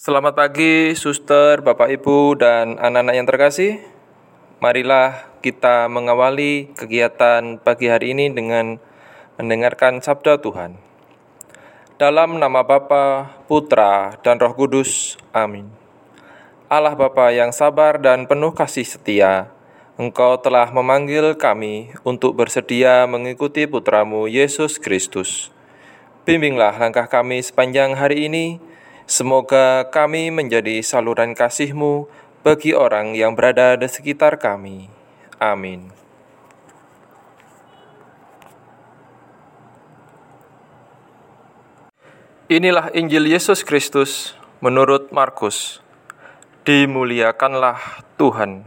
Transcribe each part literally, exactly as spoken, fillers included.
Selamat pagi, suster, Bapak, Ibu, dan anak-anak yang terkasih. Marilah kita mengawali kegiatan pagi hari ini dengan mendengarkan sabda Tuhan. Dalam nama Bapa, Putra, dan Roh Kudus. Amin. Allah Bapa yang sabar dan penuh kasih setia, Engkau telah memanggil kami untuk bersedia mengikuti Putramu Yesus Kristus. Bimbinglah langkah kami sepanjang hari ini. Semoga kami menjadi saluran kasih-Mu bagi orang yang berada di sekitar kami. Amin. Inilah Injil Yesus Kristus menurut Markus. Dimuliakanlah Tuhan.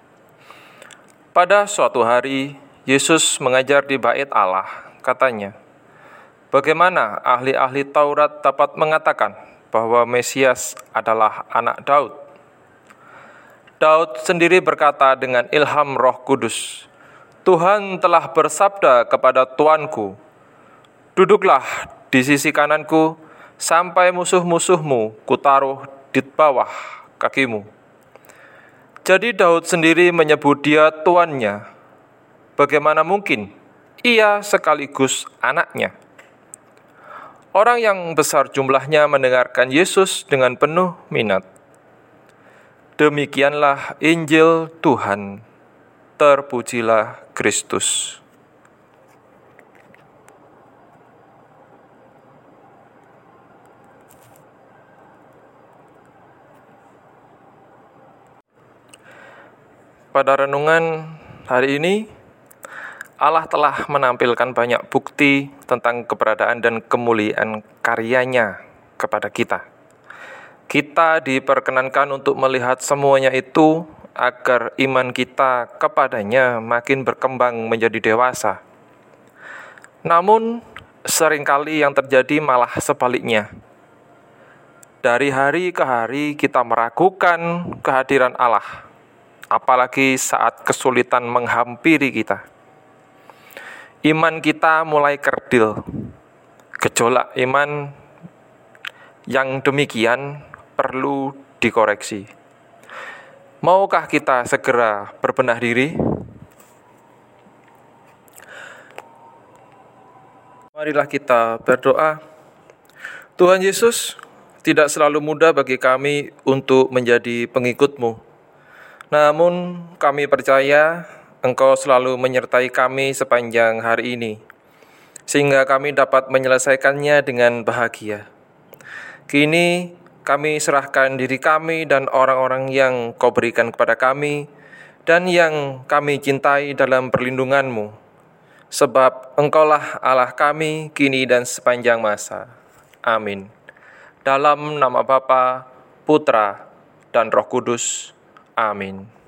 Pada suatu hari, Yesus mengajar di Bait Allah. Katanya, bagaimana ahli-ahli Taurat dapat mengatakan bahwa Mesias adalah anak Daud? Daud sendiri berkata dengan ilham Roh Kudus, Tuhan telah bersabda kepada Tuanku, duduklah di sisi kananku, sampai musuh-musuhmu kutaruh di bawah kakimu. Jadi Daud sendiri menyebut dia tuannya. Bagaimana mungkin ia sekaligus anaknya? Orang yang besar jumlahnya mendengarkan Yesus dengan penuh minat. Demikianlah Injil Tuhan. Terpujilah Kristus. Pada renungan hari ini, Allah telah menampilkan banyak bukti tentang keberadaan dan kemuliaan karyanya kepada kita. Kita diperkenankan untuk melihat semuanya itu agar iman kita kepadanya makin berkembang menjadi dewasa. Namun, seringkali yang terjadi malah sebaliknya. Dari hari ke hari kita meragukan kehadiran Allah, apalagi saat kesulitan menghampiri kita. Iman kita mulai kerdil. Gejolak iman yang demikian perlu dikoreksi. Maukah kita segera berbenah diri? Marilah kita berdoa. Tuhan Yesus, tidak selalu mudah bagi kami untuk menjadi pengikut-Mu. Namun kami percaya Engkau selalu menyertai kami sepanjang hari ini, sehingga kami dapat menyelesaikannya dengan bahagia. Kini kami serahkan diri kami dan orang-orang yang Kau berikan kepada kami, dan yang kami cintai dalam perlindungan-Mu, sebab Engkaulah Allah kami, kini dan sepanjang masa. Amin. Dalam nama Bapa, Putra, dan Roh Kudus. Amin.